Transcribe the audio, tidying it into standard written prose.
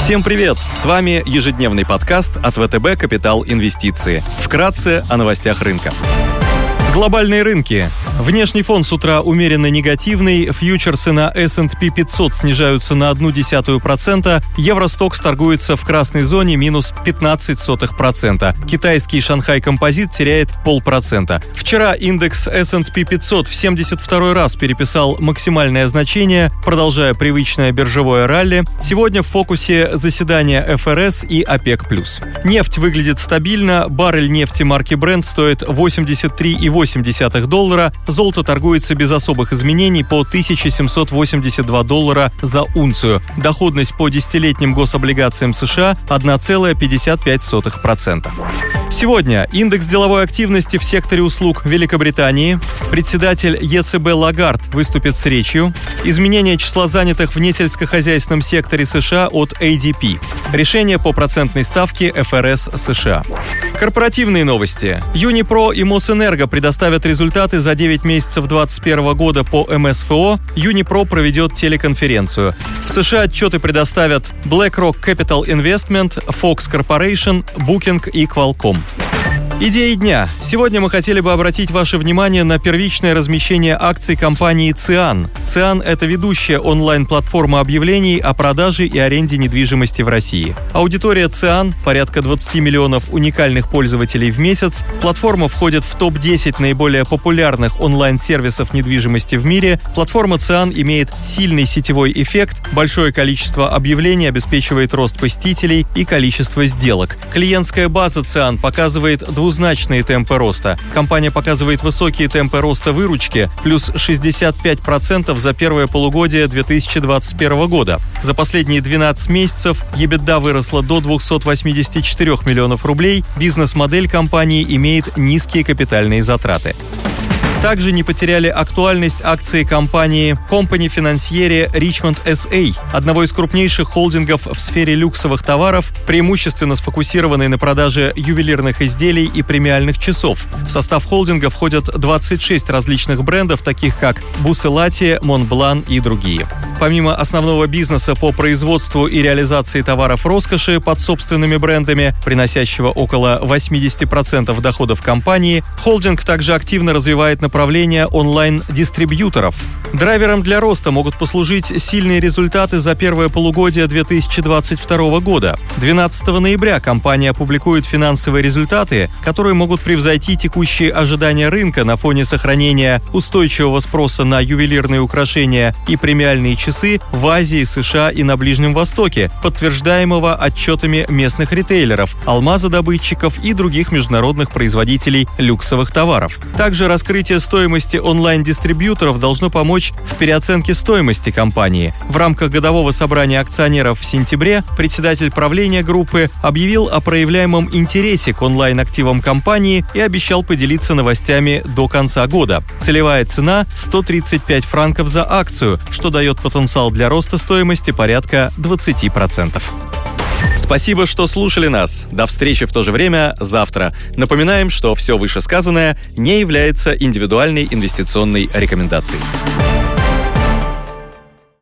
Всем привет! С вами ежедневный подкаст от ВТБ «Капитал Инвестиции». Вкратце о новостях рынка. Глобальные рынки. Внешний фон с утра умеренно негативный, фьючерсы на S&P 500 снижаются на 0,1%, Евростокс торгуется в красной зоне минус 0,15%, китайский Шанхай Композит теряет 0,5%. Вчера индекс S&P 500 в 72-й раз переписал максимальное значение, продолжая привычное биржевое ралли. Сегодня в фокусе заседания ФРС и ОПЕК+. Нефть выглядит стабильно, баррель нефти марки Brent стоит $83,8, золото торгуется без особых изменений по $1782 за унцию. Доходность по десятилетним гособлигациям США 1,55%. Сегодня индекс деловой активности в секторе услуг Великобритании. Председатель ЕЦБ Лагард выступит с речью. Изменение числа занятых в несельскохозяйственном секторе США от ADP. Решение по процентной ставке ФРС США. Корпоративные новости. Юнипро и Мосэнерго предоставят результаты за 9 месяцев 2021 года по МСФО. Юнипро проведет телеконференцию. В США отчеты предоставят BlackRock Capital Investment, Fox Corporation, Booking и Qualcomm. Идеи дня. Сегодня мы хотели бы обратить ваше внимание на первичное размещение акций компании Циан. Циан – это ведущая онлайн-платформа объявлений о продаже и аренде недвижимости в России. Аудитория Циан – порядка 20 миллионов уникальных пользователей в месяц. Платформа входит в топ-10 наиболее популярных онлайн-сервисов недвижимости в мире. Платформа Циан имеет сильный сетевой эффект, большое количество объявлений обеспечивает рост посетителей и количество сделок. Клиентская база Циан показывает двузначные темпы роста. Компания показывает высокие темпы роста выручки, плюс 65% за первое полугодие 2021 года. За последние 12 месяцев EBITDA выросла до 284 миллионов рублей. Бизнес-модель компании имеет низкие капитальные затраты. Также не потеряли актуальность акции компании Company Financiere Richmond SA, одного из крупнейших холдингов в сфере люксовых товаров, преимущественно сфокусированной на продаже ювелирных изделий и премиальных часов. В состав холдинга входят 26 различных брендов, таких как Buccellati, Montblanc и другие. Помимо основного бизнеса по производству и реализации товаров роскоши под собственными брендами, приносящего около 80% доходов компании, холдинг также активно развивает направление онлайн-дистрибьюторов. Драйвером для роста могут послужить сильные результаты за первое полугодие 2022 года. 12 ноября компания опубликует финансовые результаты, которые могут превзойти текущие ожидания рынка на фоне сохранения устойчивого спроса на ювелирные украшения и премиальные часы в Азии, США и на Ближнем Востоке, подтверждаемого отчетами местных ритейлеров, алмазодобытчиков и других международных производителей люксовых товаров. Также раскрытие стоимости онлайн-дистрибьюторов должно помочь в переоценке стоимости компании. В рамках годового собрания акционеров в сентябре председатель правления группы объявил о проявляемом интересе к онлайн-активам компании и обещал поделиться новостями до конца года. Целевая цена – 135 франков за акцию, что дает потенциал для роста стоимости порядка 20%. Спасибо, что слушали нас. До встречи в то же время завтра. Напоминаем, что все вышесказанное не является индивидуальной инвестиционной рекомендацией.